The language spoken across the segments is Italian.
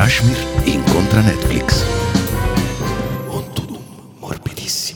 Kashmir incontra Netflix. Un tudum morbidissimo.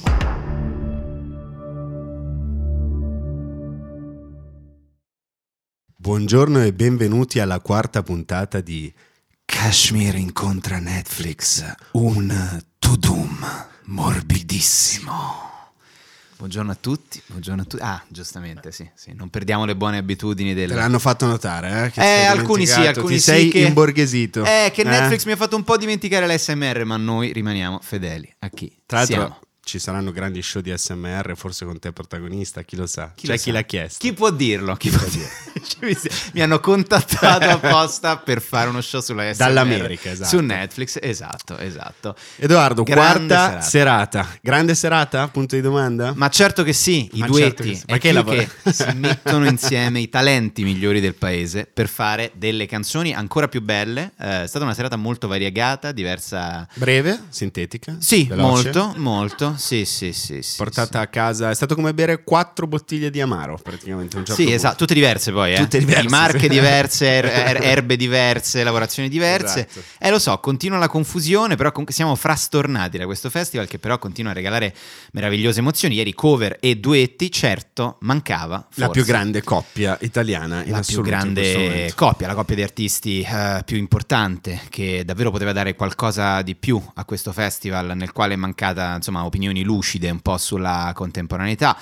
Buongiorno e benvenuti alla quarta puntata di Kashmir incontra Netflix. Un tudum morbidissimo. Buongiorno a tutti, Ah, giustamente, sì, non perdiamo le buone abitudini del... Te l'hanno fatto notare, che sei alcuni sì, dimenticato. alcuni Ti sì sei che... imborghesito. Che Netflix mi ha fatto un po' dimenticare l'ASMR, ma noi rimaniamo fedeli a chi Tra l'altro siamo. ci saranno grandi show di ASMR, forse con te protagonista, chi lo sa. Chi Chi l'ha chiesto. Chi può dirlo? Chi può dirlo? Mi hanno contattato apposta per fare uno show sulla ASMR. Dall'America, esatto. Su Netflix, esatto. Edoardo, Grande quarta serata. Grande serata? Punto di domanda? Ma certo che sì, i Ma duetti, certo che sì. Ma è che più lavoro? che si mettono insieme i talenti migliori del paese per fare delle canzoni ancora più belle. È stata una serata molto variegata, diversa. Breve, sintetica? Sì, veloce. molto, sì. Portata a casa, è stato come bere 4 bottiglie di Amaro praticamente a un certo Sì, punto. esatto, tutte diverse poi, Tutte diverse, di marche sì. diverse, erbe diverse, lavorazioni diverse. Esatto. Lo so, continua la confusione, però comunque siamo frastornati da questo festival che però continua a regalare meravigliose emozioni. Ieri cover e duetti, certo, mancava forse La più grande coppia italiana in la più assoluto in questo grande momento. coppia, la coppia di artisti più importante, che davvero poteva dare qualcosa di più a questo festival, nel quale è mancata, insomma, opinioni lucide un po' sulla contemporaneità.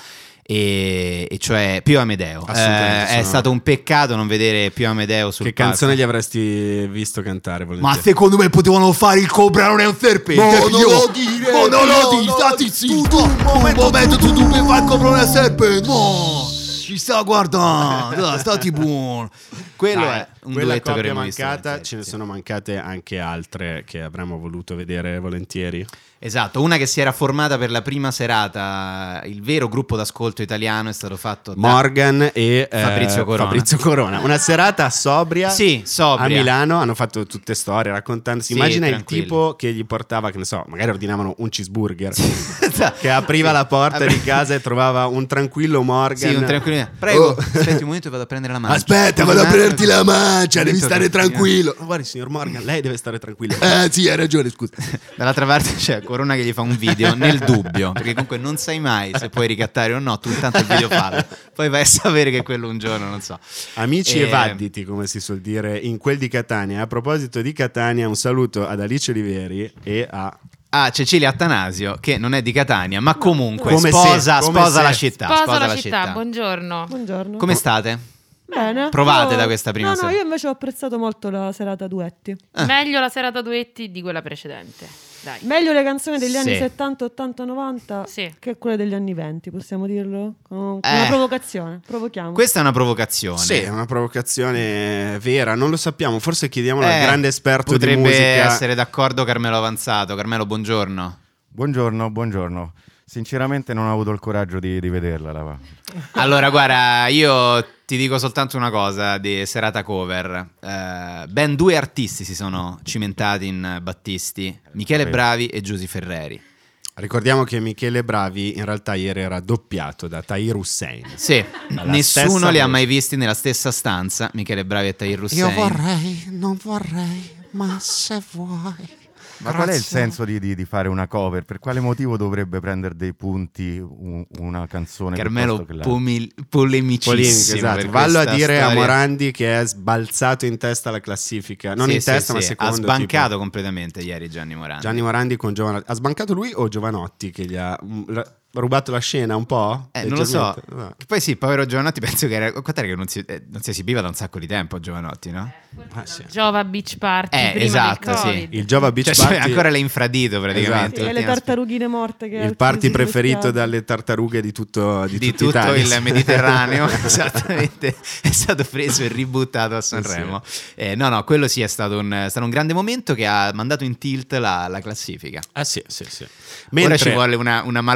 E cioè Pio Amedeo. È stato un peccato non vedere Pio Amedeo sul Che palco. canzone gli avresti visto cantare volentieri? Ma secondo me potevano fare Il Cobra non è un serpente. No, non lo dire! No, non lo dire, stati zitto! Un momento, tu mi fai il Cobra non è un serpente! No! Ci sta guardando, dai, stati buono. Quello Dai, è un quella duetto che coppia avremmo visto mancata, volentieri, ce ne sì. sono mancate anche altre che avremmo voluto vedere volentieri. Esatto, una che si era formata per la prima serata, il vero gruppo d'ascolto italiano è stato fatto da Morgan e Fabrizio Corona. Una serata sobria, Sì, sobria. a Milano, hanno fatto tutte storie raccontando. Si Sì, immagina tranquilli. il tipo che gli portava, che ne so, magari ordinavano un cheeseburger, Esatto. che apriva la porta di casa e trovava un tranquillo Morgan. Sì, un tranquillo. Prego, Oh. aspetti un momento e vado a prendere la mancia. Aspetta, Scusi, vado a un attimo. prenderti la mancia, devi Momento stare che- tranquillo. Ma guardi, signor Morgan, lei deve stare tranquillo. Sì, hai ragione, scusa. Dall'altra parte c'è Corona che gli fa un video nel dubbio, perché comunque non sai mai se puoi ricattare o no, tu intanto il video fallo, poi vai a sapere che quello un giorno, non so. Amici e vadditi, come si suol dire in quel di Catania. A proposito di Catania, un saluto ad Alice Oliveri e a Cecilia Attanasio, che non è di Catania, ma comunque Come sposa se- la città. Sposa la città, buongiorno. Buongiorno. Come state? Bene. Provate Io- da questa prima No, sera. io invece ho apprezzato molto la serata duetti. Meglio la serata duetti di quella precedente. Dai. Meglio le canzoni degli Sì. anni 70, 80, 90 Sì. che quelle degli anni 20, possiamo dirlo? Con una provocazione. Provochiamo. Questa è una provocazione. Sì, è una provocazione vera, non lo sappiamo, forse chiediamolo al Eh, grande esperto di potrebbe musica. essere d'accordo Carmelo Avanzato. Carmelo, buongiorno. Buongiorno. Sinceramente non ho avuto il coraggio di vederla. Allora, guarda, io ti dico soltanto una cosa di serata cover. Ben 2 artisti si sono cimentati in Battisti, Michele Bravi e Giusy Ferreri. Ricordiamo che Michele Bravi in realtà ieri era doppiato da Tahir Hussein. Sì, Dalla nessuno stessa li ha voce. mai visti nella stessa stanza, Michele Bravi e Tahir Hussein. non vorrei, ma se vuoi. Ma qual è il senso di fare una cover? Per quale motivo dovrebbe prendere dei punti una canzone Carmelo piuttosto che l'altra? polemicissimo. Polemica, esatto. per Vallo a questa dire a storia. Morandi che è sbalzato in testa alla classifica. Non Sì, in sì, testa, ma sì. secondo. Ha sbancato tipo. completamente ieri Gianni Morandi. Gianni Morandi con Giovanotti. Ha sbancato lui o Giovanotti che gli ha rubato la scena un po'? Non lo so. Leggermente? No. Che poi sì, povero Giovanotti, penso che era. Quant'era che non si esibiva da un sacco di tempo Giovanotti, no? Sì. Giova Beach Party prima esatto, del sì. Covid. Il Jova Beach Cioè, Party, ancora l'è infradito praticamente. Esatto. E le tartarughine morte che il party si preferito spiace. dalle tartarughe di tutto Di tutta tutto Italia. il Mediterraneo, esattamente, è stato preso e ributtato a Sanremo. No, quello sì è stato un grande momento che ha mandato in tilt la classifica. Ah sì. Ora ci vuole una malvagia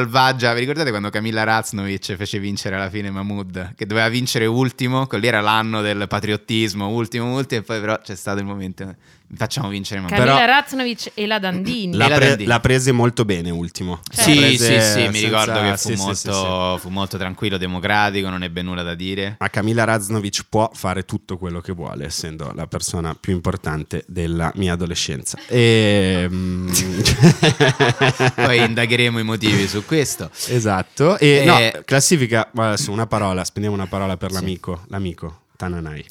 vi ricordate quando Camilla Raznovic fece vincere alla fine Mahmood, che doveva vincere ultimo, quello lì era l'anno del patriottismo, ultimo, e poi però c'è stato il momento, facciamo vincere Mahmood. Camilla Però- Raznovic e la Dandini. L'ha prese molto bene ultimo. Sì, L'ha mi ricordo che fu, sì, sì, molto, fu molto tranquillo, democratico, non ebbe nulla da dire. Ma Camilla Raznovic può fare tutto quello che vuole, essendo la persona più importante della mia adolescenza. Poi indagheremo i motivi su questo. Esatto. E no, classifica, adesso una parola, spendiamo una parola per l'amico Tananai.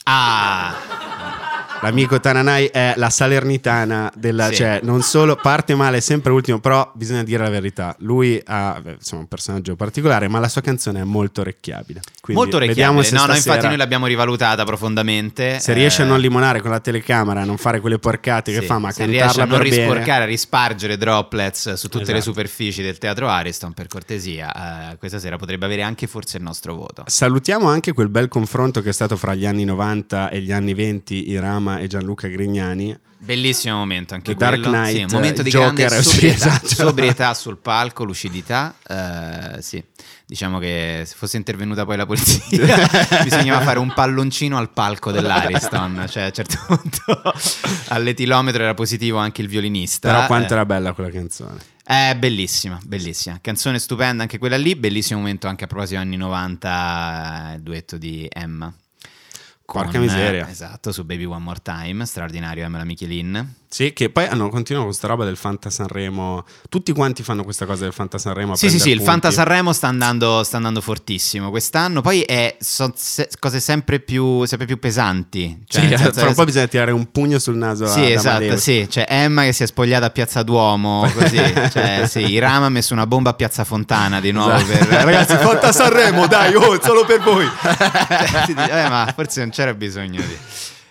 L'amico Tananai è la Salernitana della, Sì. cioè non solo parte male sempre ultimo, però bisogna dire la verità. Lui ha insomma, un personaggio particolare, ma la sua canzone è molto orecchiabile. Quindi Molto vediamo orecchiabile. se No, stasera, infatti noi l'abbiamo rivalutata profondamente. se riesce a non limonare con la telecamera, a non fare quelle porcate che Sì, fa, ma se riesce a cantarla non per bene. risporcare, a rispargere droplets su tutte le Esatto. superfici del teatro Ariston, per cortesia, questa sera potrebbe avere anche forse il nostro voto. Salutiamo anche quel bel confronto che è stato fra gli anni 90 e gli anni 20, Irama e Gianluca Grignani. Bellissimo momento anche The Dark quello. Knight, Sì, un momento di Joker, grande sì, sobrietà, esatto. sobrietà sul palco, lucidità. Sì, diciamo che se fosse intervenuta poi la polizia bisognava fare un palloncino al palco dell'Ariston, cioè a un certo punto all'etilometro era positivo anche il violinista. Però quanto era bella quella canzone. Bellissima, bellissima, canzone stupenda anche quella lì, bellissimo momento anche a proposito anni 90, il duetto di Emma. Porca miseria. Esatto, su Baby One More Time, straordinario Emma Michelin. Sì, che poi continuano con questa roba del Fanta Sanremo. Tutti quanti fanno questa cosa del Fanta Sanremo. Sì, il Fanta Sanremo sta andando fortissimo quest'anno. Poi sono cose sempre più pesanti. Cioè, nel senso, fra un po' bisogna tirare un pugno sul naso. sì, esatto, sì. C'è Emma che si è spogliata a Piazza Duomo, così. Cioè, sì, Irama ha messo una bomba a Piazza Fontana di nuovo. Esatto. Ragazzi, Fanta Sanremo, dai, solo per voi. si dice, ma forse non c'era bisogno di...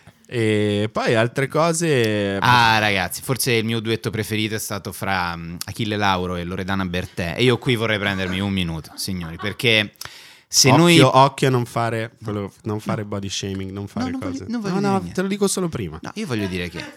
E poi altre cose. Ragazzi, forse il mio duetto preferito è stato fra Achille Lauro e Loredana Bertè. E io qui vorrei prendermi un minuto, signori, perché se occhio a non fare body shaming, non fare non cose. voglio dire niente. Te lo dico solo prima. No, io voglio dire che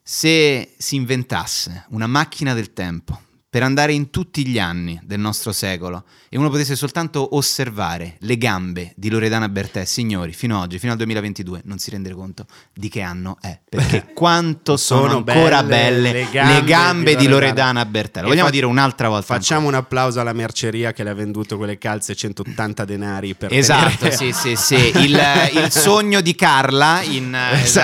se si inventasse una macchina del tempo per andare in tutti gli anni del nostro secolo e uno potesse soltanto osservare le gambe di Loredana Bertè, signori, fino ad oggi, fino al 2022, non si rende conto di che anno è, perché quanto sono ancora belle le gambe di Loredana Bertè. Lo vogliamo dire un'altra volta? Facciamo un applauso alla merceria che le ha venduto quelle calze 180 denari per Esatto, tenere... sì. Il sogno di Carla in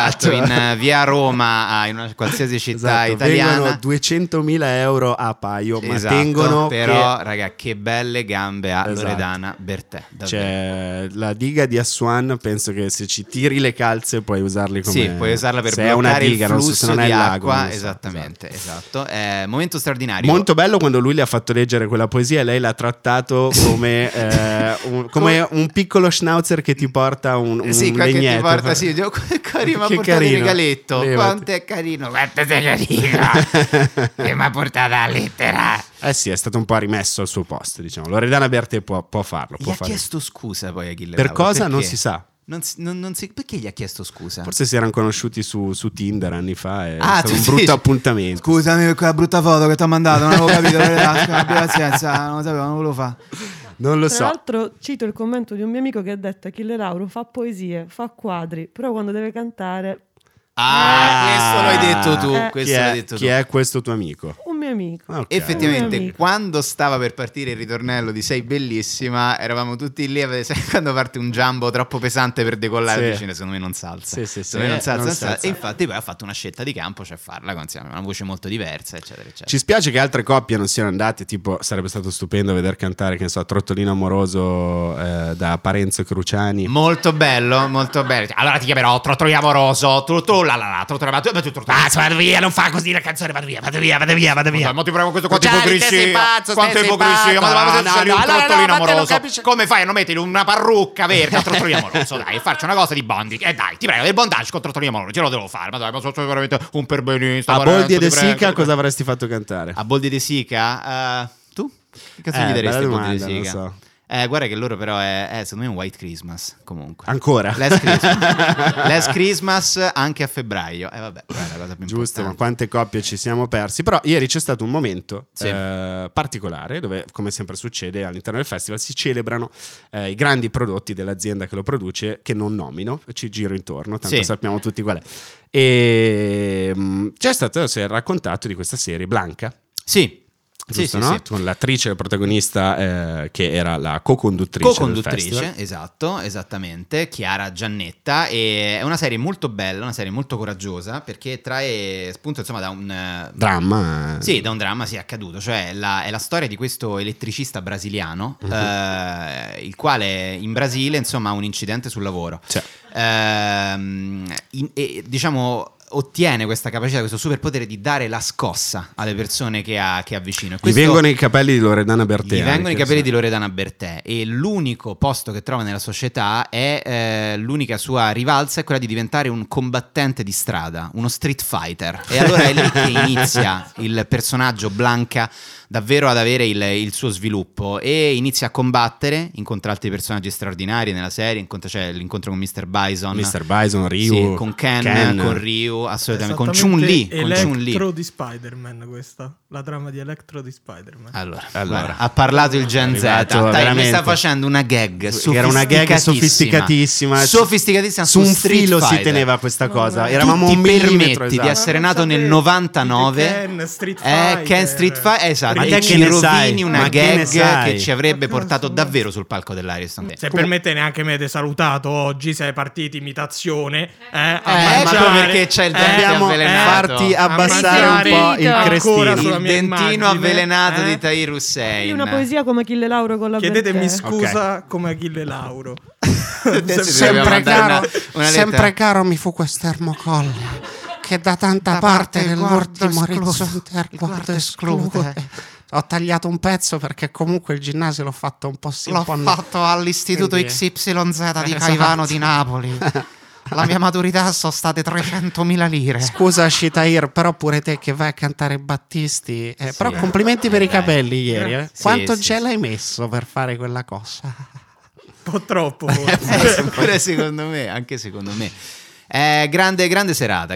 via Roma, in una qualsiasi città italiana. Vengono 200.000 euro a paio, ma Esatto, tengono però raga, che belle gambe ha Esatto. Loredana Bertè, davvero. Cioè, la diga di Assuan, penso che se ci tiri le calze puoi usarli come... Sì, puoi usarla per se è una bloccare diga, il non so, flusso se non è di il lago, acqua. non lo so. Esattamente, esatto. Momento straordinario. Molto bello quando lui le ha fatto leggere quella poesia e lei l'ha trattato come, come un piccolo schnauzer che ti porta un Sì, che legnetto. ti porta, sì, carino, mi ha Che portato il carino. regaletto. Levati. Quanto è carino, quanto sei carino. Che mi ha portato la lettera. Sì, è stato un po' rimesso al suo posto, diciamo. Loredana Bertè può farlo. Gli Può ha fare. chiesto scusa poi Achille Per Lauro, cosa? Non perché? si sa. Perché gli ha chiesto scusa? Forse si erano conosciuti su Tinder anni fa e è Ah, stato tu un brutto dici- appuntamento. Scusami per quella brutta foto che ti ho mandato, non avevo capito, abbi pazienza, non lo sapevo, non volevo fare. Non lo Tra so. l'altro cito il commento di un mio amico che ha detto: Achille Lauro fa poesie, fa quadri, però quando deve cantare Questo lo hai detto tu. Chi Questo l'hai detto Chi tu. è questo tuo amico? un mio amico. Ok. Effettivamente, Un amico. quando stava per partire il ritornello di Sei bellissima, eravamo tutti lì a vedere sai, quando parte un jumbo troppo pesante per decollare, Sì. vicino, secondo me non salza. Sì, Secondo me non salza, non non salza. salza. E infatti poi ha fatto una scelta di campo, cioè farla con una voce molto diversa, eccetera, eccetera. Ci spiace che altre coppie non siano andate, tipo sarebbe stato stupendo veder cantare, che ne so, Trottolino Amoroso da Parenzo e Cruciani. Molto bello, molto bello. Allora ti chiamerò Trottolino Amoroso. Vado via, non fa così la canzone, vado via. Ma ti prego, questo quanto sei pazzo, quanto sei ipocrisia. Ma pazzo. dovevamo scegliere un Allora, trottolino ma te lo amoroso. capisci? Come fai a non mettere una parrucca verde a trottolino amoroso? Dai, e farci una cosa di bondage. Dai, ti prego, del bondage con trottolino amoroso. Ce lo devo fare. Ma dai, ma sono veramente un perbenista. A Boldi e De Parenzo, ti Sica prego. cosa avresti fatto cantare? A Boldi De Sica? Tu? Che cazzo gli Bella daresti a Boldi De domanda, non Sica? so. Guarda che loro però è secondo me un White Christmas comunque. Ancora? Last Christmas anche a febbraio. Vabbè, è la cosa più Giusto, ma importante. quante coppie ci siamo persi. Però ieri c'è stato un momento Sì. particolare dove, come sempre succede all'interno del festival, si celebrano i grandi prodotti dell'azienda che lo produce, che non nomino, ci giro intorno, tanto Sì. sappiamo tutti qual è. E si è raccontato di questa serie Blanca. Sì. Giusto, sì, no? sì. Con l'attrice, la protagonista, che era la co-conduttrice del festival. Esatto, esattamente, Chiara Giannetta. E è una serie molto bella, una serie molto coraggiosa, perché trae spunto insomma da un Dramma. Sì, da un dramma accaduto, cioè è la storia di questo elettricista brasiliano, il quale in Brasile insomma ha un incidente sul lavoro. Cioè. Diciamo ottiene questa capacità, questo superpotere di dare la scossa alle persone che ha vicino. Gli vengono i capelli di Loredana Bertè. Gli vengono i anche, capelli sì. di Loredana Bertè, e l'unico posto che trova nella società è l'unica sua rivalsa è quella di diventare un combattente di strada, uno street fighter. E allora è lì che inizia il personaggio Blanca davvero ad avere il suo sviluppo, e inizia a combattere, incontra altri personaggi straordinari nella serie, c'è l'incontro con Mr. Bison, Mr. Bison, Ryu, sì, con Ken, con Ryu, assolutamente, con Chun-Li, Electro di Spider-Man, questa, la trama di Electro di Spider-Man. Allora, Allora. ha parlato il Gen Z. Arrivato, Dai, mi veramente. sta facendo una gag Era una gag sofisticatissima. Sofisticatissima Su un Street filo si Fighter. teneva questa cosa. Tu Eravamo Tu un ti millimetro permetti esatto. di essere nato nel sapete, 99 Ken Street Fighter. Ken Street Fighter, esatto, Ma e te ci che ne rovini sai? una Ma che ne gag sai? che ci avrebbe Ma portato cazzo, davvero sul palco dell'Ariston. Se permette, neanche me ti salutato oggi, sei partito imitazione, a ecco mangiare, perché c'è il dente Dobbiamo avvelenato. farti abbassare un mangiare po' il ancora crestino. sulla Il mia dentino immagine, avvelenato di Tahir Di Hussein. una poesia come Achille Lauro con la Chiedetemi Bertè. scusa come Achille Lauro. Adesso Sempre dobbiamo mandare caro, una lettera. sempre caro mi fu quest'ermocolle che da tanta parte nell'ultimo orizzonte il guardo esclude. Ho tagliato un pezzo perché comunque il ginnasio l'ho fatto un po' fatto all'istituto Quindi- XYZ di Caivano di Napoli. La mia maturità sono state 300.000 lire. Scusa Shitair, però pure te che vai a cantare Battisti, però complimenti per i capelli ieri. Sì, Quanto sì, gel hai messo per fare quella cosa? Un po' troppo forse. Pure secondo me, anche secondo me. Grande serata.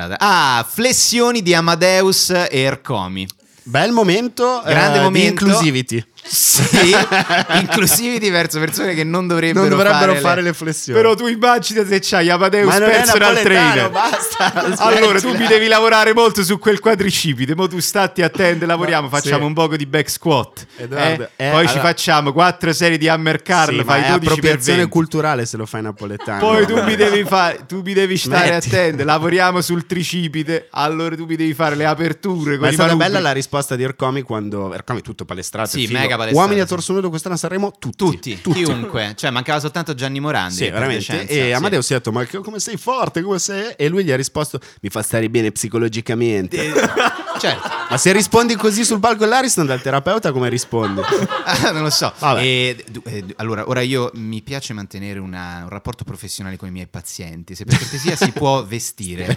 Flessioni di Amadeus e Ercomi. Bel momento, Grande di momento. inclusivity. Sì, inclusivity verso persone che non dovrebbero, Non dovrebbero fare le flessioni. Però tu immagina se c'hai Amadeus Ma non è personal napoletano, trainer. basta. Allora tu smettila. mi devi lavorare molto su quel quadricipite. Mo tu statti attento, lavoriamo, No, facciamo sì. un poco di back squat. Edoardo, Poi ci allora- facciamo 4 serie di hammer curl, Sì, fai ma è 12 per appropriazione 20. culturale se lo fai napoletano. Poi tu mi devi stare Smetti. attento, lavoriamo sul tricipite, allora tu mi devi fare le aperture con Ma è i stata manubri. bella la risposta di Ercomi quando Ercomi tutto palestrato, Sì, figo. mega palestrato, Uomini a sì. torso nudo quest'anno a Sanremo Tutti, chiunque, cioè mancava soltanto Gianni Morandi. Sì, per veramente. decenza, E sì. Amadeus si è detto: ma come sei forte, come sei? E lui gli ha risposto: mi fa stare bene psicologicamente. Certo. Ma se rispondi così sul palco dell'Ariston dal terapeuta, come rispondi? Non lo so. Vabbè. Allora, ora io mi piace mantenere un rapporto professionale con i miei pazienti. Se per cortesia si può vestire,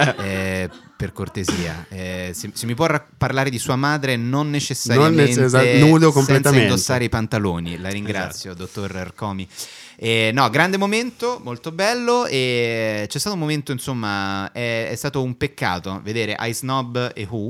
per cortesia. Se mi può parlare di sua madre, non necessariamente nudo senza completamente. indossare i pantaloni. La ringrazio, dottor Ercomi. No, grande momento, molto bello. E c'è stato un momento, insomma, è stato un peccato vedere I Snob e Who.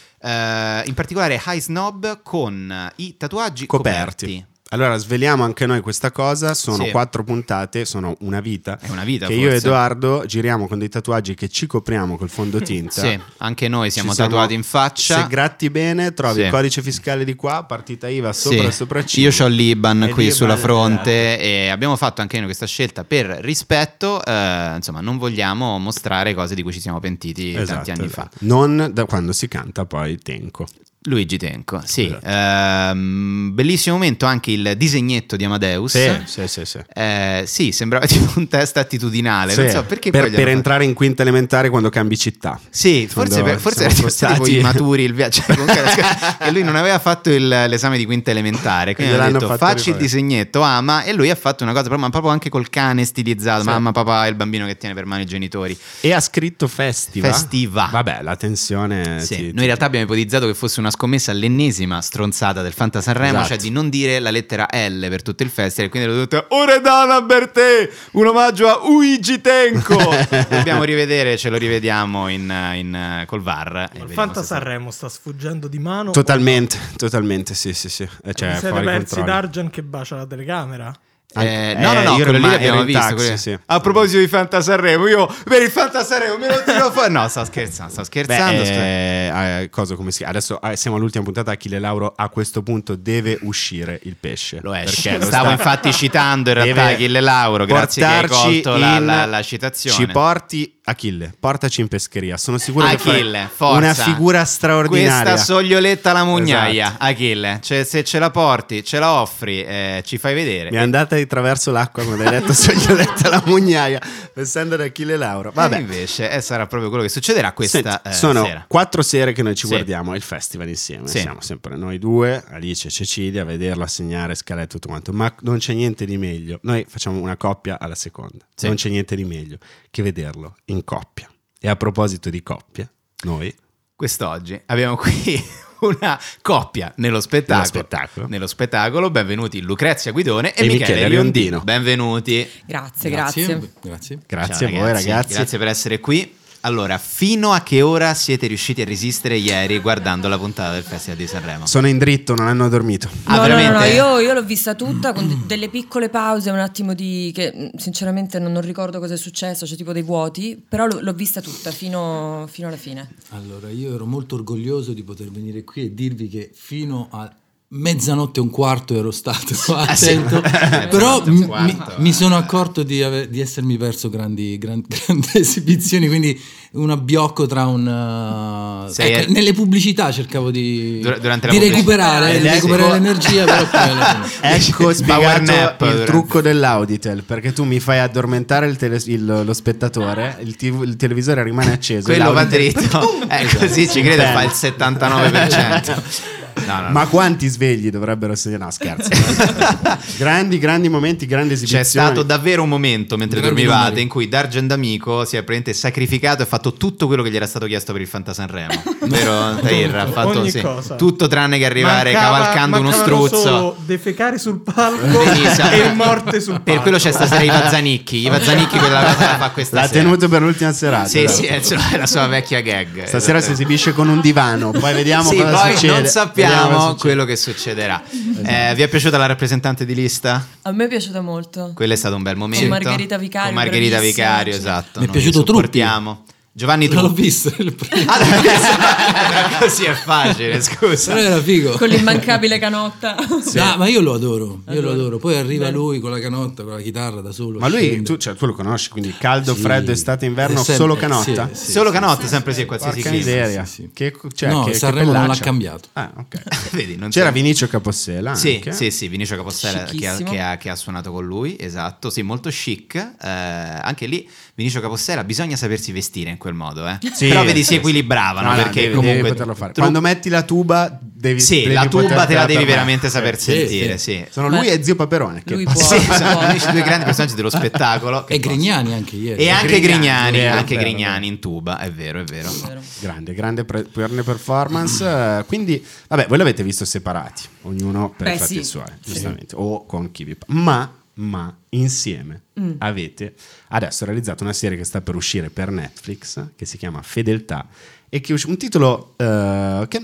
In particolare High Snob con i tatuaggi coperti. Allora sveliamo anche noi questa cosa. Sono Sì. 4 puntate, sono una vita. È una vita, che forse. io e Edoardo giriamo con dei tatuaggi che ci copriamo col fondotinta. Sì, anche noi siamo Ci siamo- tatuati in faccia. Se gratti bene, trovi Sì. il codice fiscale di qua, partita IVA sopra Sì. il sopracciglio. Io ho l'Iban E qui l'Iban, sulla fronte esatto. e abbiamo fatto anche noi questa scelta per rispetto. Insomma, non vogliamo mostrare cose di cui ci siamo pentiti tanti anni fa. Non da quando si canta poi Tenco. Luigi Tenco, sì. Esatto. Bellissimo momento anche il disegnetto di Amadeus. Sì. Sì, sembrava tipo un test attitudinale. Non Sì, so perché per, poi per entrare in quinta elementare quando cambi città. Sì, forse Quando era siamo tipo spostati. i maturi il viaggio. Cioè, comunque, che lui non aveva fatto l'esame di quinta elementare. Quindi Gliel'hanno ha detto fatto facci il rifare. disegnetto, ama. E lui ha fatto una cosa, ma proprio anche col cane stilizzato. Sì. Mamma, papà e il bambino che tiene per mano i genitori. E ha scritto Festiva. Festiva. Vabbè, la tensione. Sì. Noi in realtà abbiamo ipotizzato che fosse una scommessa l'ennesima stronzata del Fanta Sanremo, Esatto. cioè di non dire la lettera L per tutto il festival, quindi l'ho detto Oredana Bertè, un omaggio a Luigi Tenco. Dobbiamo rivedere, ce lo rivediamo col VAR. Il Fanta Sanremo sta sfuggendo di mano. Totalmente, sì. Cioè, Vi siete fuori persi controllo. D'Argen che bacia la telecamera? No, io quello lì ero l'abbiamo in visto. taxi, quello- sì. A proposito di Fanta Sanremo, io per il Fanta Sanremo me lo tiro fuori. No, sto scherzando. Cosa come si adesso siamo all'ultima puntata. Achille Lauro a questo punto deve uscire il pesce. Lo esce. Perché lo Stavo sta- infatti citando in realtà deve Achille Lauro, grazie che hai portarci colto la citazione. Ci porti Achille, portaci in pescheria. Sono sicuro che Achille, farai forza. una figura straordinaria. Questa soglioletta alla mugnaia, Esatto. Achille. Cioè, se ce la porti, ce la offri, ci fai vedere. Mi è andata attraverso l'acqua quando hai detto soglioletta la mugnaia, pensando ad Achille Lauro. Vabbè, Invece sarà proprio quello che succederà questa Senti, sono sera. 4 sere che noi ci Sì. guardiamo il festival insieme. Sì. Siamo sempre noi due, Alice e Cecilia, a vederlo, a segnare scalette e tutto quanto. Ma non c'è niente di meglio. Noi facciamo una coppia alla seconda. Sì. Non c'è niente di meglio che vederlo in coppia. E a proposito di coppia, noi Quest'oggi abbiamo qui una coppia nello spettacolo. Nello spettacolo. Benvenuti Lucrezia Guidone e Michele Riondino. Benvenuti. Grazie. Grazie Ciao, a voi ragazzi. Grazie per essere qui. Allora, fino a che ora siete riusciti a resistere ieri guardando la puntata del Festival di Sanremo? Sono in dritto, non hanno dormito. Ah, No, veramente? io l'ho vista tutta con delle piccole pause, un attimo che sinceramente non ricordo cosa è successo, c'è tipo dei vuoti, però l'ho vista tutta fino alla fine. Allora, io ero molto orgoglioso di poter venire qui e dirvi che fino a mezzanotte e un quarto ero stato attento, però mi sono accorto di essermi perso grandi esibizioni, quindi un abbiocco tra nelle pubblicità cercavo di recuperare l'energia, però poi alla fine. Ecco spiegato nap, il trucco dell'Auditel, perché tu mi fai addormentare lo spettatore, il televisore rimane acceso, Quello va l'Auditel- dritto. Così ci crede, fa il 79%. No. Ma quanti svegli dovrebbero essere? No, scherzo. grandi momenti, grandi C'è esibizioni. stato davvero un momento mentre Grandi dormivate numeri. in cui D'Argen D'Amico si è praticamente sacrificato e ha fatto tutto quello che gli era stato chiesto per il Fanta Sanremo. Vero Tahir? Ha fatto ogni cosa. tutto tranne che arrivare cavalcando uno mancavano struzzo. solo defecare sul palco Benissimo. e morte sul palco. Per quello c'è stasera Iva Zanicchi. Iva Zanicchi quella cosa la fa questa L'ha sera. tenuto per l'ultima serata. Sì, dai. sì, è la sua vecchia gag. Stasera si esibisce con un divano, poi vediamo Sì, cosa poi succede. non Vediamo sappiamo cosa succede. quello che succederà. Vi è piaciuta la rappresentante di lista? A me è piaciuta molto. Quello è stato un bel momento. Con Margherita Vicario, Con Margherita bravissima. Vicario, esatto. Mi è Noi piaciuto supportiamo. Giovanni non l'ho Truppi. visto il primo. Però così è facile, scusa. Però era figo. Con l'immancabile Canotta. No, ma io lo adoro. Poi arriva lui con la canotta, con la chitarra da solo. Ma lui, scende. tu lo conosci, quindi caldo, Sì. freddo, estate, inverno, È sempre- solo canotta? sì, Solo Canotta, sempre sì, qualsiasi Porca clima. miseria. sì. Che Sanremo non l'ha pellaccia. cambiato. Ah, ok. Vedi, non C'era so- Vinicio Capossela Sì, anche. sì, Vinicio Capostela Scicchissimo. che ha suonato con lui, esatto, sì, molto chic. Anche lì Vinicio Capostela bisogna sapersi vestire in quel modo, Sì, però vedi si sì, equilibravano No, no, perché devi comunque poterlo fare. Quando metti la tuba devi sì, devi la tuba te la potertela devi permettere. veramente saper Sì, sentire, sì. sì. Sono lui e Zio Paperone che Lui passano. Sì, può. sono gli unici due grandi personaggi dello spettacolo che E Grignani anche ieri. e anche Grignani, vero, anche vero, Grignani in tuba, è vero. grande performance. Quindi, vabbè, voi l'avete visto separati, ognuno per i Beh, fatti sì. suoi, giustamente, o con chi vi ma insieme avete adesso realizzato una serie che sta per uscire per Netflix, che si chiama Fedeltà, e che un titolo che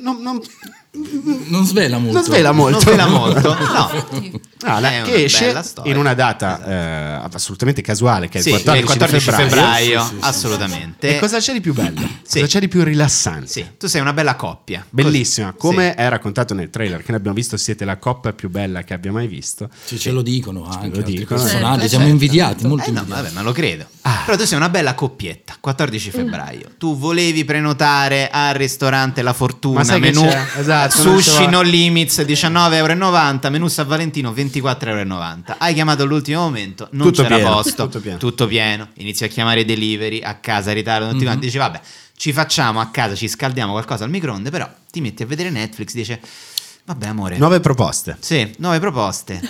Non svela molto. non svela molto. Non svela molto, no. È che una esce bella storia. in una data assolutamente casuale, che è Sì, il 14, febbraio, Sì, sì, sì. assolutamente. E cosa c'è di più bello? Sì. Cosa c'è di più rilassante? Sì, tu sei una bella coppia. Bellissima, Così. come è raccontato nel trailer che noi abbiamo visto, siete la coppia più bella che abbia mai visto. Ce lo dicono anche lo altri dicono. personaggi. Certo, Siamo invidiati, molto No, invidiati. vabbè, ma lo credo. Però tu sei una bella coppietta. 14 febbraio. Tu volevi prenotare al ristorante La Fortuna, Ma sai che menù c'è? Esatto, non sushi ce va. no limits 19,90 €, menù San Valentino 24,90 €. Hai chiamato all'ultimo momento, non Tutto c'era pieno, posto. tutto pieno. pieno. Inizi a chiamare i delivery a casa, ritardo, tutti quanti. Dici vabbè, ci facciamo a casa, ci scaldiamo qualcosa al microonde, però ti metti a vedere Netflix, dice vabbè amore. Nuove proposte. Sì, nuove proposte.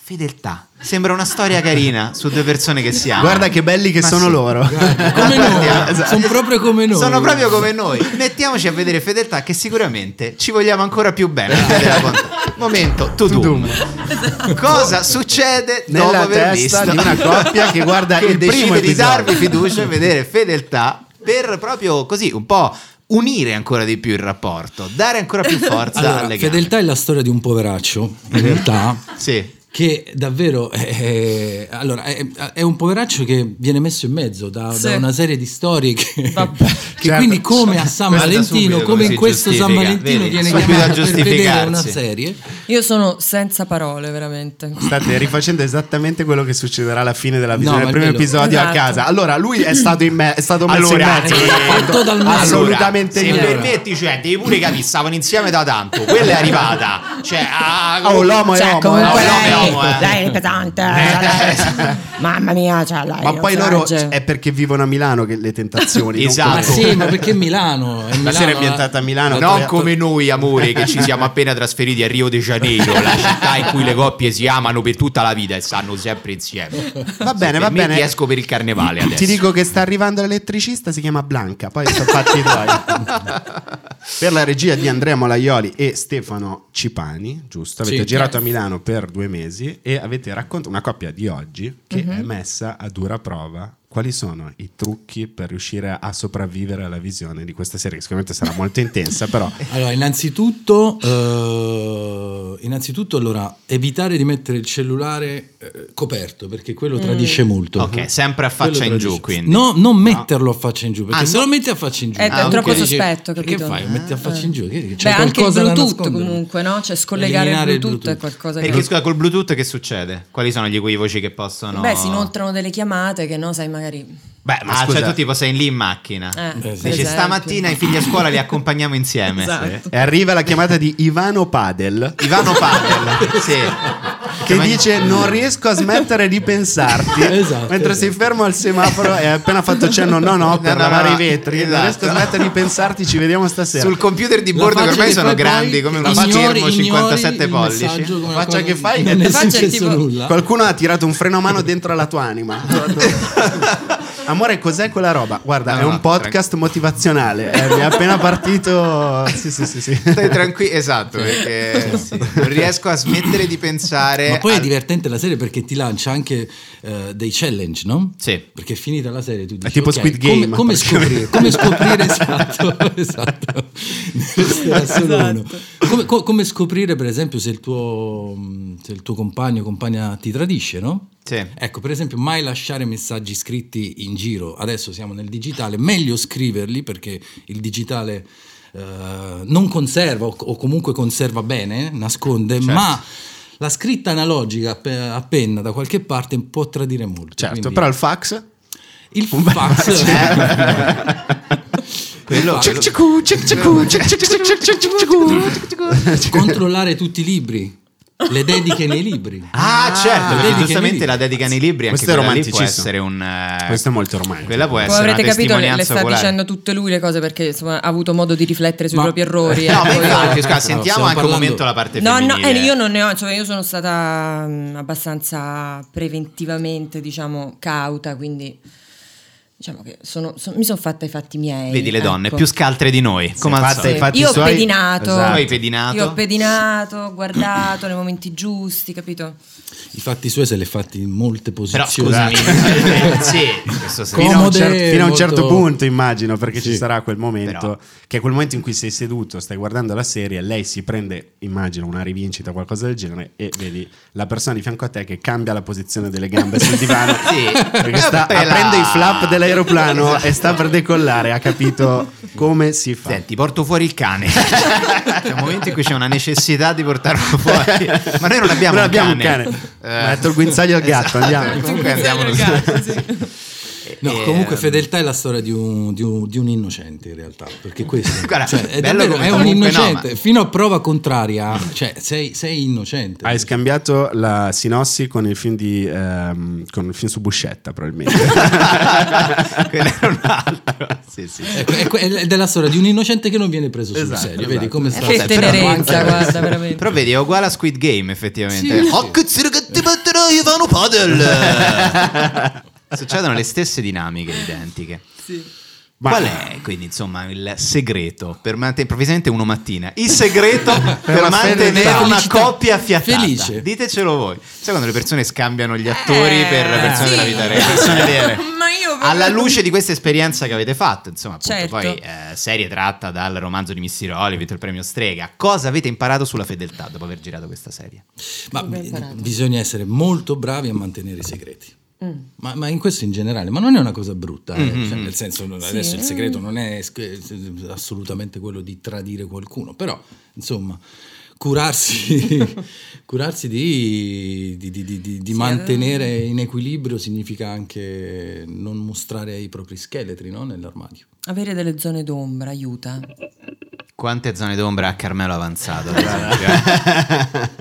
Fedeltà. Sembra una storia carina su due persone che si amano. Guarda che belli che sono loro. Come noi, sono proprio come noi. Sono proprio come noi. Mettiamoci a vedere Fedeltà, che sicuramente ci vogliamo ancora più bene. Momento, tudum. Cosa succede dopo Nella aver testa visto di una coppia che guarda che il primo decide di episodio. darvi fiducia e vedere Fedeltà per proprio così un po' unire ancora di più il rapporto, dare ancora più forza Allora, alle gambe. Fedeltà è la storia di un poveraccio, in realtà. Sì. Che davvero è un poveraccio che viene messo in mezzo da una serie di storie che Certo. quindi come a San Guarda Valentino, subito come come in si questo San giustifica. Valentino Vedi, viene subito a chiamato per vedere giustificarsi. una serie. Io sono senza parole, veramente. State rifacendo esattamente quello che succederà alla fine della visione No, del ma primo è bello. episodio a Esatto. casa. Allora, lui è stato è stato messo Allora, in mezzo. Non ha fatto totalmente. assolutamente se niente. permetti, cioè, devi pure capire, stavano insieme da tanto. Quella è arrivata. Cioè, Oh, l'uomo è Cioè, uomo. comunque l'uomo è lei, uomo, lei è pesante. Mamma mia, cioè, lei Ma non poi loro fragge. è perché vivono a Milano che le tentazioni. Esatto. Ma sì, ma perché Milano? La serie è ambientata a Milano. Non come noi, amore, che ci siamo appena trasferiti a Rio de Janeiro, la città in cui le coppie si amano per tutta la vita e stanno sempre insieme. Va bene, Se va permetti, bene. esco per il carnevale adesso. Ti dico che sta arrivando l'elettricista, si chiama Blanca. Poi sono fatti i tuoi. Per la regia di Andrea Molaioli e Stefano Cipani, giusto? Avete Sì. girato a Milano per 2 mesi e avete raccontato una coppia di oggi che è messa a dura prova. Quali sono i trucchi per riuscire a sopravvivere alla visione di questa serie? Che sicuramente sarà molto intensa, però Allora, innanzitutto, allora, evitare di mettere il cellulare coperto, perché quello tradisce molto. Ok, sempre a faccia Quello in giù, tradisce. quindi. No, non metterlo a faccia in giù, perché Ah, se no? lo metti a faccia in giù È troppo ok, sospetto, che capito? fai? Lo metti a faccia in giù? C'è Beh, anche il qualcosa da Bluetooth nascondere? comunque, no? Cioè scollegare Eliminare il il Bluetooth è Bluetooth. qualcosa Perché che... scusa, col Bluetooth che succede? Quali sono gli equivoci che possono... Beh, si inoltrano delle chiamate che no, sai, magari... beh, ma Ah, scusa, cioè tu tipo sei lì in macchina. per Dici esempio. stamattina i figli a scuola li accompagniamo insieme. Esatto. e arriva la chiamata di Ivano Padel Ivano Padel, sì. che dice non riesco a smettere di pensarti. Esatto, Mentre sei fermo al semaforo e hai appena fatto cenno no per no, lavare no, i vetri. Non esatto. riesco a smettere di pensarti, ci vediamo stasera. Sul computer di La bordo che faccia ormai che sono fai grandi poi, come un ignori- schermo ignori 57 il pollici. messaggio come La faccia una che cosa- fai non è- è La faccia è successo tipo- nulla. Qualcuno ha tirato un freno a mano dentro la tua anima. Amore, cos'è quella roba? Guarda, No, è un no, podcast motivazionale. Mi è appena partito. Sì. Stai tranquillo, esatto, perché non riesco a smettere di pensare. Ma poi è divertente la serie perché ti lancia anche dei challenge, no? Sì. Perché finita la serie tu dici tipo ok, Squid Game, come scoprire esatto Questo era solo uno. Come scoprire per esempio se il tuo compagno o compagna ti tradisce, no? Sì. Ecco, per esempio, mai lasciare messaggi scritti in giro. Adesso siamo nel digitale, meglio scriverli perché il digitale non conserva o comunque conserva bene, nasconde, Certo. ma la scritta analogica a penna da qualche parte può tradire molto. Certo, quindi però il fax. il fax Quello- controllare tutti i libri, le dediche nei libri. Ah, certo, dedica perché nei giustamente libri. la dedica nei libri anche Questo è quella lì può romanticissimo. essere un Questo è molto romantico. quella può Come essere avrete una capito, le testimonianza sta oculare. dicendo tutte lui le cose perché insomma, ha avuto modo di riflettere sui propri errori. No, ma ecco, io- infatti, scusa, sentiamo stiamo anche un parlando- momento la parte No, femminile. io non ne ho, cioè io sono stata abbastanza preventivamente, diciamo, cauta, quindi diciamo che mi sono fatta i fatti miei. Vedi le donne ecco. più scaltre di noi, come al fatte i solito. fatti Io ho suoi. pedinato. Esatto. Tu hai pedinato? Io ho pedinato, ho guardato nei momenti giusti, capito? I fatti suoi se li ha fatti in molte Però posizioni. scusami, sì, questo sì. Fino a un Comode, fino a un certo molto- punto, immagino, perché ci Sì. sarà quel momento, Però- che è quel momento in cui sei seduto, stai guardando la serie, lei si prende, immagino, una rivincita o qualcosa del genere, e vedi la persona di fianco a te che cambia la posizione delle gambe sul divano, Sì. perché sta Bella. aprendo i flap dell'aeroplano e sta per decollare, ha capito come si fa. Senti, porto fuori il cane. C'è un momento in cui c'è una necessità di portarlo fuori. Ma noi non abbiamo, Non abbiamo un cane. Metto il guinzaglio al gatto, andiamo. Comunque andiamo. No, comunque fedeltà è la storia di un innocente in realtà, perché questo Guarda, cioè, è, bello davvero, come è un comunque innocente, no, ma- fino a prova contraria, cioè sei innocente. Hai scambiato la sinossi con il film su Buscetta, probabilmente. Quello era un altro. Sì. Ecco, è della storia di un innocente che non viene preso sul serio, vedi come sta. Che tenerezza, guarda, veramente. Però vedi, è uguale a Squid Game, effettivamente. Sì. Oh, che ti batterò Ivano Padel! Succedono le stesse dinamiche identiche. Qual è quindi insomma il segreto per mantenere improvvisamente uno mattina? Il segreto per mantenere una coppia affiatata. Felice. Ditecelo voi. Sai quando le persone scambiano gli attori per persone della vita reale? Persone vere. Ma io Alla luce di questa esperienza che avete fatto, insomma, appunto, Certo. poi serie tratta dal romanzo di Missy Roll, vinto il premio Strega. Cosa avete imparato sulla fedeltà dopo aver girato questa serie? Ma bisogna essere molto bravi a mantenere i segreti. Ma in questo in generale, ma non è una cosa brutta, cioè, nel senso adesso il segreto non è assolutamente quello di tradire qualcuno, però insomma curarsi di mantenere in equilibrio significa anche non mostrare i propri scheletri, no? Nell'armadio. avere delle zone d'ombra aiuta. Quante zone d'ombra ha Carmelo Avanzato, ad esempio?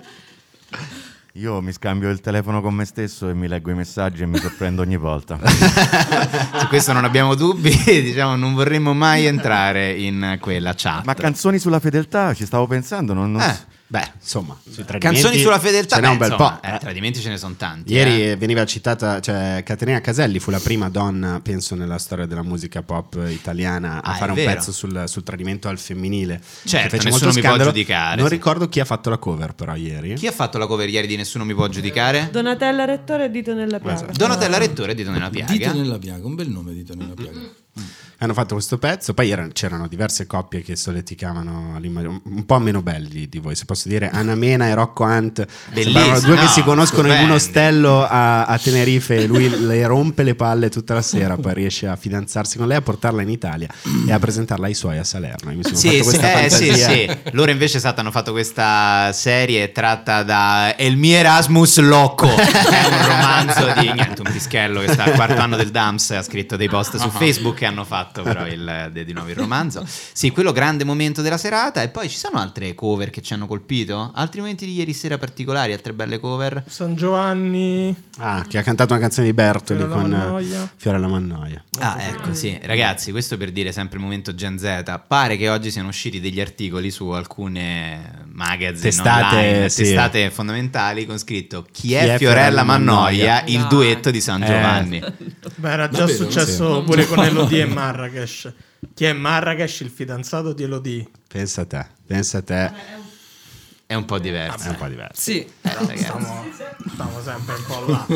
Io mi scambio il telefono con me stesso e mi leggo i messaggi e mi sorprendo ogni volta. Su questo non abbiamo dubbi, diciamo non vorremmo mai entrare in quella chat. Ma canzoni sulla fedeltà, ci stavo pensando, Beh, insomma, sui tradimenti Canzoni sulla fedeltà, ce n'è un bel insomma, po'. tradimenti ce ne sono tanti. Ieri veniva citata, cioè Caterina Caselli fu la prima donna, penso, nella storia della musica pop italiana a fare un vero. pezzo sul tradimento al femminile. Certo, che fece nessuno molto mi può scandalo. giudicare, Non sì. ricordo chi ha fatto la cover, però ieri. Chi ha fatto la cover ieri di Nessuno mi può giudicare? Donatella Rettore e Dito nella piaga. Donatella Rettore, Dito nella piaga. Dito nella piaga, un bel nome, Dito nella piaga. Hanno fatto questo pezzo, poi c'erano diverse coppie che solleticavano un po' meno belli di voi, se posso dire, Anna Mena e Rocco Hunt. Sembravano due che si conoscono in uno ostello a Tenerife e lui le rompe le palle tutta la sera, poi riesce a fidanzarsi con lei, a portarla in Italia e a presentarla ai suoi a Salerno. Mi sono fatto questa fantasia. Sì. Loro invece hanno fatto questa serie tratta da El mio Erasmus Loco, è un romanzo di niente, un pischello che sta al quarto anno del DAMS, ha scritto dei post su Facebook e hanno fatto però di nuovo il romanzo. Sì, quello grande momento della serata. E poi ci sono altre cover che ci hanno colpito? Altri momenti di ieri sera particolari, altre belle cover? San Giovanni. Che ha cantato una canzone di Bertoli Fiorella con Mannoia. Fiorella Mannoia. Ecco, sì. Ragazzi, questo per dire sempre il momento Gen Z. Pare che oggi siano usciti degli articoli su alcune magazine Testate, online, sì. testate fondamentali con scritto Chi è Fiorella Mannoia? Il duetto di San Giovanni. Beh, era già successo pure con Elodie e Marrakesh. Chi è Marrakesh? Il fidanzato di Elodie. Pensa a te. È un po' diverso. È un po' diverso. Sì. Stiamo sempre un po' là.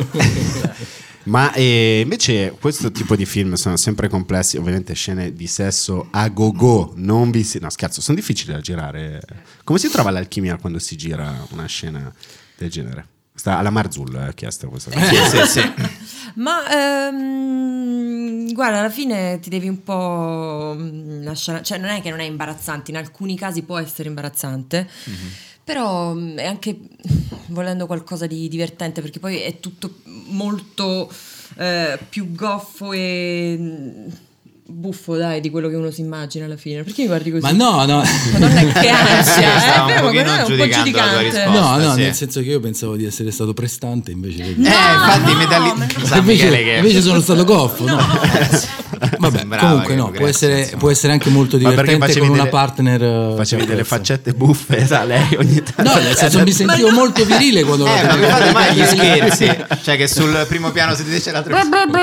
Ma invece questo tipo di film sono sempre complessi, ovviamente scene di sesso a go-go, no scherzo, sono difficili da girare. Come si trova l'alchimia quando si gira una scena del genere? Alla Marzullo ha chiesto questa cosa. Sì. Ma guarda, alla fine ti devi un po' lasciare, cioè non è che non è imbarazzante, in alcuni casi può essere imbarazzante, però è anche volendo qualcosa di divertente, perché poi è tutto molto più goffo e buffo, dai, di quello che uno si immagina alla fine. Perché mi guardi così? Ma no. Madonna, che ansia, stavo un vero, pochino però è un po' giudicando la tua giudicante. risposta. No, sì. nel senso che io pensavo di essere stato prestante, invece Infatti sa Michele che invece sono stato goffo, no? Vabbè, Sembrava comunque che no, grazie, può essere anche molto Ma perché divertente con una delle- partner. Facevi delle faccette buffe da lei ogni tanto. No, nel senso mi sentivo molto virile quando ma mi fate mai gli scherzi? Cioè che sul primo piano si dice l'altro.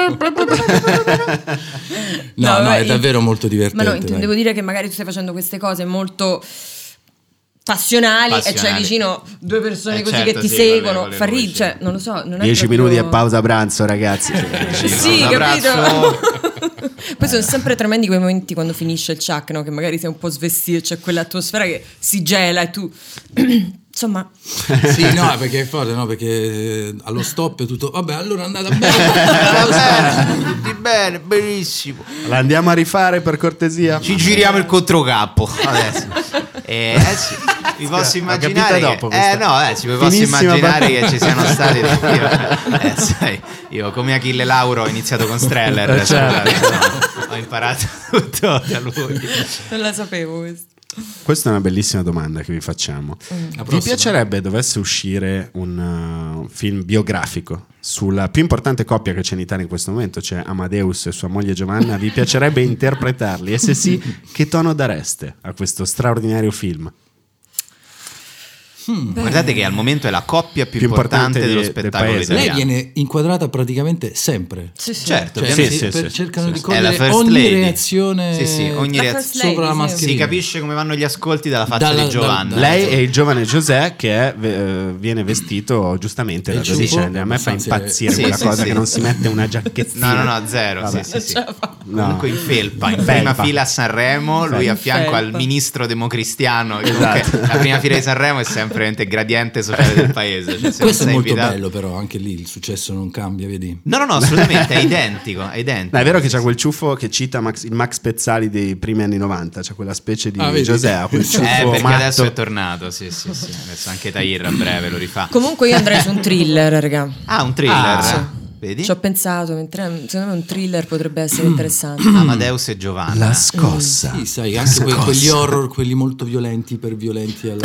No, vabbè, è davvero molto divertente. Ma no, intendevo dire che magari tu stai facendo queste cose molto passionali e c'hai vicino due persone così certo, che ti sì, seguono, con le fa ridere, voci. cioè non lo so, non è 10 proprio... minuti e pausa pranzo, ragazzi. Sì, Un capito? abbraccio. Poi sono sempre tremendi quei momenti quando finisce il chuck, no? Che magari sei un po' svestito, c'è quell'atmosfera che si gela e tu insomma Sì, no, perché è forte, no? Perché allo stop è tutto. Vabbè, allora è andata bene. Tutti bene, benissimo. La andiamo a rifare per cortesia? Ci giriamo il controcampo adesso. Sì. Vi posso Ho immaginare capito che, dopo questa. ci posso Finissima immaginare battuta. che ci siano stati sai, io come Achille Lauro ho iniziato con Streller, ho imparato tutto da lui. Non la sapevo questa. Questa è una bellissima domanda che vi facciamo. Vi piacerebbe dovesse uscire un film biografico sulla più importante coppia che c'è in Italia in questo momento, cioè Amadeus e sua moglie Giovanna? Vi piacerebbe interpretarli? E se sì, che tono dareste a questo straordinario film? Guardate che al momento è la coppia più importante dello spettacolo paese. italiano. Lei viene inquadrata praticamente sempre. Sì, sì. Certo, Cioè, ovviamente. cercano di È la cogliere first ogni lady. reazione ogni La reazione first lady, sopra la sì. mascherina. si capisce come vanno gli ascolti dalla faccia di Giovanna. Lei e il giovane José che viene vestito giustamente da il ciuffo? dodicenne. A me fa impazzire Sì, quella sì, cosa sì. che non si mette una giacchettina. No, zero. Vabbè. Sì. No. Comunque in felpa, in Felpa. prima fila a Sanremo, lui a fianco al felpa. ministro democristiano. Che comunque la prima fila di Sanremo è sempre veramente gradiente sociale del paese. Cioè, se Questo è non sei molto invitato- bello, però anche lì il successo non cambia, vedi? No, assolutamente, è identico. No, è vero che c'è quel ciuffo che cita il Max Pezzali dei primi anni 90, c'è quella specie di vedi? José, quel ciuffo perché matto. adesso è tornato, sì. Adesso anche Tahir a breve lo rifà. Comunque io andrei su un thriller, raga. Ah, un thriller. Sì. Vedi? Ci ho pensato, secondo me un thriller potrebbe essere interessante. Amadeus e Giovanna. La scossa. Sì, sai, anche quegli horror, quelli molto violenti, iperviolenti alla...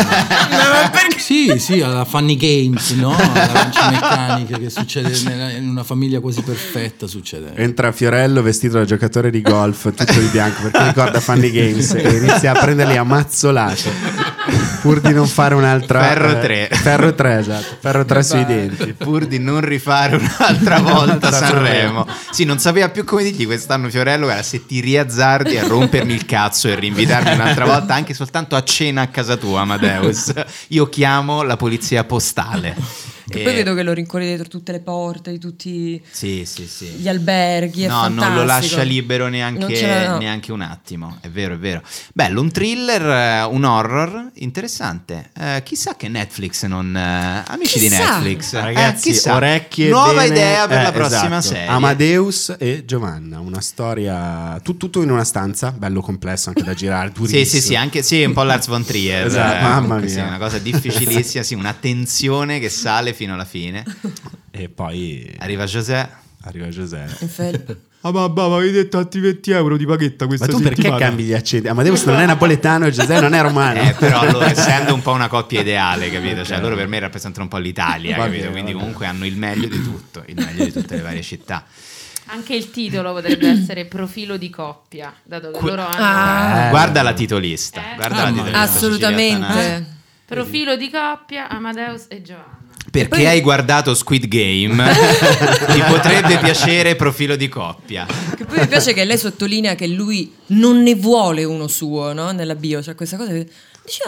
Sì, alla Funny Games, no? L'arancia meccanica che succede in una famiglia quasi perfetta, succede. Entra Fiorello vestito da giocatore di golf, tutto di bianco, perché ricorda Funny Games e inizia a prenderli a mazzolate pur di non fare un'altra Ferro 3. Ferro 3, esatto. Ferro 3 sui denti. Pur di non rifare un'altra volta Sanremo. Sì, non sapeva più come dirgli quest'anno Fiorello, era se ti riazzardi a rompermi il cazzo e rinvitarmi un'altra volta anche soltanto a cena a casa tua, Amadeus, io chiamo la polizia postale. Che poi vedo che lo rincorre dietro tutte le porte di tutti Sì. gli alberghi. È fantastico. Non lo lascia libero Non neanche, ce l'ha, no. neanche un attimo. È vero. Bello, un thriller, un horror interessante. Chissà che Netflix non. Amici di Chissà. Netflix, Ragazzi, chissà. orecchie Nuova bene, idea per la prossima esatto. serie. Amadeus e Giovanna, una storia tutto in una stanza, bello complesso anche da girare, durissimo. Sì, anche un po' Lars von Trier. Esatto, mamma mia. Sì, una cosa difficilissima, sì, una tensione che sale fino alla fine. E poi Arriva José. In felpa. Ah, babà, ma avevi detto altri 20 euro di paghetta questa ma tu settimana. perché cambi gli accenti? Amadeus non è napoletano e José non è romano. Però loro, essendo un po' una coppia ideale, capito? Cioè loro per me rappresentano un po' l'Italia, Va capito? bene, Quindi va comunque hanno il meglio di tutto, il meglio di tutte le varie città. Anche il titolo potrebbe essere Profilo di coppia, dato che loro hanno Guarda la titolista. Guarda la titolista, Assolutamente. Cecilia Tanà. Profilo di coppia, Amadeus e Giovanna. Perché poi- hai guardato Squid Game, ti potrebbe piacere Profilo di coppia. Che poi mi piace che lei sottolinea che lui non ne vuole uno suo, no? Nella bio, cioè questa cosa che dice,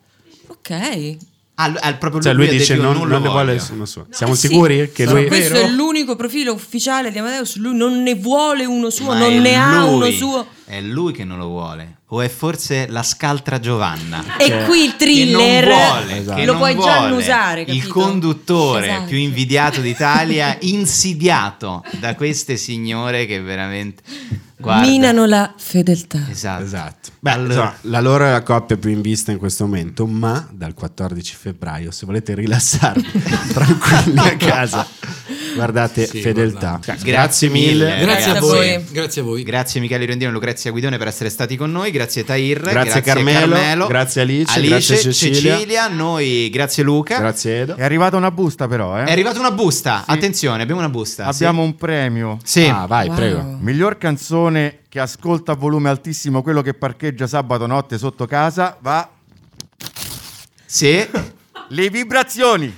ok. Proprio Cioè lui ha dice detto, io non lo ne vuole voglio. nessuno suo. Siamo Sì, sicuri che lui questo è l'unico profilo ufficiale di Amadeus, lui non ne vuole uno suo, Ma non è ne ha lui. uno suo. È lui che non lo vuole. O è forse la scaltra Giovanna? E qui il thriller che non vuole, Esatto. che lo non puoi già vuole. annusare, Il capito? conduttore Esatto. più invidiato d'Italia, insidiato da queste signore che veramente guarda. Minano la fedeltà. Esatto. Beh, Allora- insomma, la loro è la coppia più in vista in questo momento, ma dal 14 febbraio, se volete rilassarvi tranquilli a casa, guardate Fedeltà. Grazie mille. Grazie a a voi. voi. Grazie a voi. Grazie Michele Riondino e Lucrezia Guidone per essere stati con noi, grazie Tahir, Grazie Carmelo, grazie Alice, grazie Cecilia. Noi grazie Luca. Grazie Edo. È arrivata una busta però, È arrivata una busta, attenzione, abbiamo una busta. Abbiamo un premio. Sì. Ah, vai, Wow. prego. Miglior canzone che ascolta a volume altissimo quello che parcheggia sabato notte sotto casa va Sì. Le Vibrazioni.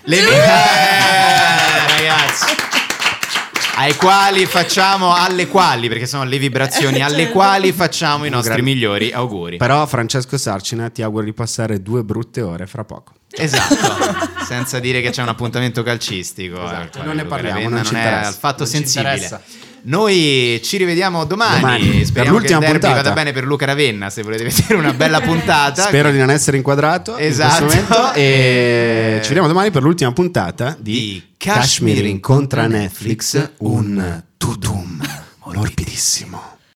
Ragazzi. Alle quali, perché sono le vibrazioni, alle quali facciamo i nostri migliori auguri. Però Francesco Sarcina ti auguro di passare 2 brutte ore fra poco. Esatto, senza dire che c'è un appuntamento calcistico. Esatto, al non ne quale parliamo, Ravenna non ci è interessa. affatto Non ci sensibile. interessa. Noi ci rivediamo domani. Per Speriamo che il l'ultima derby puntata. vada bene per Luca Ravenna. Se volete vedere una bella puntata, Spero di non essere inquadrato Esatto. in questo momento. E ci vediamo domani per l'ultima puntata di Kashmir incontra Netflix, un tudum morbidissimo.